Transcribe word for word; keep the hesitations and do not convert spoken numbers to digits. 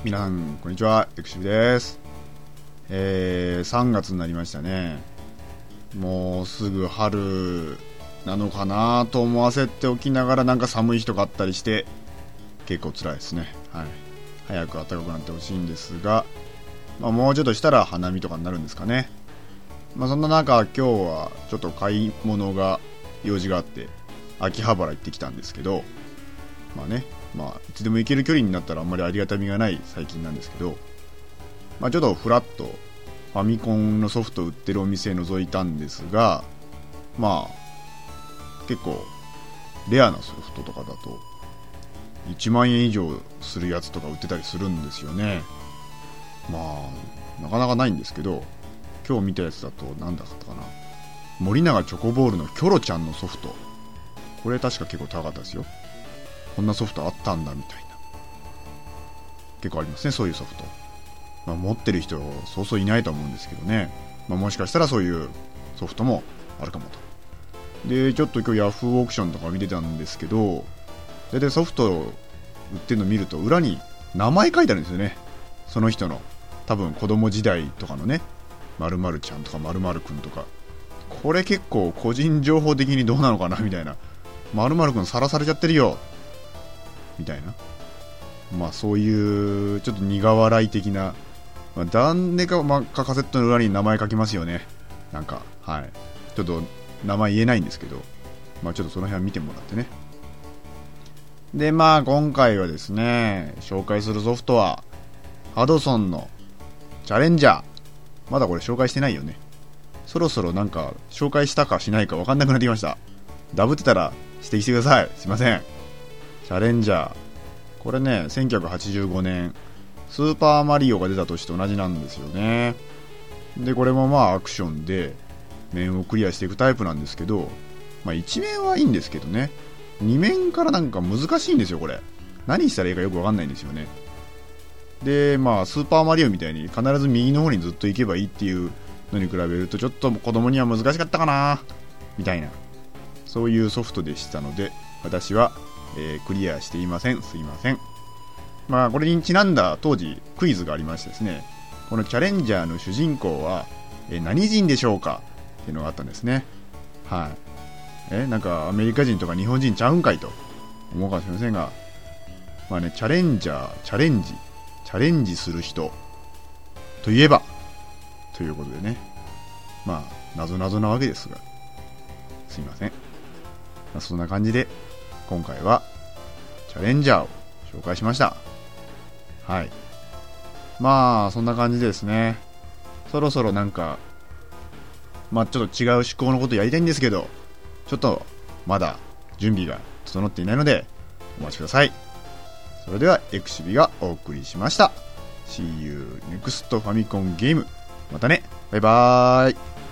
皆さんこんにちは、エクシビです。えー、さんがつになりましたね。もうすぐ春なのかなと思わせておきながら、なんか寒い日とかあったりして結構辛いですね。はい、早く暖かくなってほしいんですが、まあ、もうちょっとしたら花見とかになるんですかね。まあ、そんな中、今日はちょっと買い物が用事があって秋葉原行ってきたんですけど、まあね、まあいつでも行ける距離になったらあんまりありがたみがない最近なんですけど、まあ、ちょっとフラッとファミコンのソフト売ってるお店覗いたんですが、まあ結構レアなソフトとかだといちまんえん以上するやつとか売ってたりするんですよね。まあなかなかないんですけど、今日見たやつだと何だったかな、森永チョコボールのキョロちゃんのソフト、これ確か結構高かったですよ。こんなソフトあったんだみたいな、結構ありますね、そういうソフト。まあ、持ってる人そうそういないと思うんですけどね、まあ、もしかしたらそういうソフトもあるかもと。でちょっと今日ヤフーオークションとか見てたんですけど、大体ソフト売ってるの見ると裏に名前書いてあるんですよね。その人の多分子供時代とかのね、〇〇ちゃんとか〇〇くんとか、これ結構個人情報的にどうなのかなみたいな、〇〇くんさらされちゃってるよみたいな、まあそういうちょっと苦笑い的な、まあ、なんでか、まあ、カセットの裏に名前書きますよね。なんかはいちょっと名前言えないんですけど、まあちょっとその辺は見てもらってね。でまあ今回はですね、紹介するソフトはハドソンのチャレンジャー。まだこれ紹介してないよね。そろそろなんか紹介したかしないか分かんなくなってきました。ダブってたら指摘してください。すいません。チャレンジャー、これねせんきゅうひゃくはちじゅうごねんスーパーマリオが出た年と同じなんですよね。でこれもまあアクションで面をクリアしていくタイプなんですけど、まあいち面はいいんですけどね、に面からなんか難しいんですよ。これ何したらいいかよく分かんないんですよね。でまあスーパーマリオみたいに必ず右の方にずっと行けばいいっていうのに比べるとちょっと子供には難しかったかなみたいな、そういうソフトでしたので私はえー、クリアしていません。すいません。まあこれにちなんだ当時クイズがありましてですね、このチャレンジャーの主人公は、えー、何人でしょうかっていうのがあったんですね。はい。えなんかアメリカ人とか日本人ちゃうんかいと思うかもしれませんが、まあね、チャレンジャー、チャレンジチャレンジする人といえばということでね、まあ謎謎なわけですが、すいません。まあ、そんな感じで今回はチャレンジャーを紹介しました。はい。まあそんな感じでですね、そろそろなんかまあちょっと違う思考のことやりたいんですけど、ちょっとまだ準備が整っていないのでお待ちください。それではエクシビがお送りしました。 See you next ファミコンゲーム。またね、バイバーイ。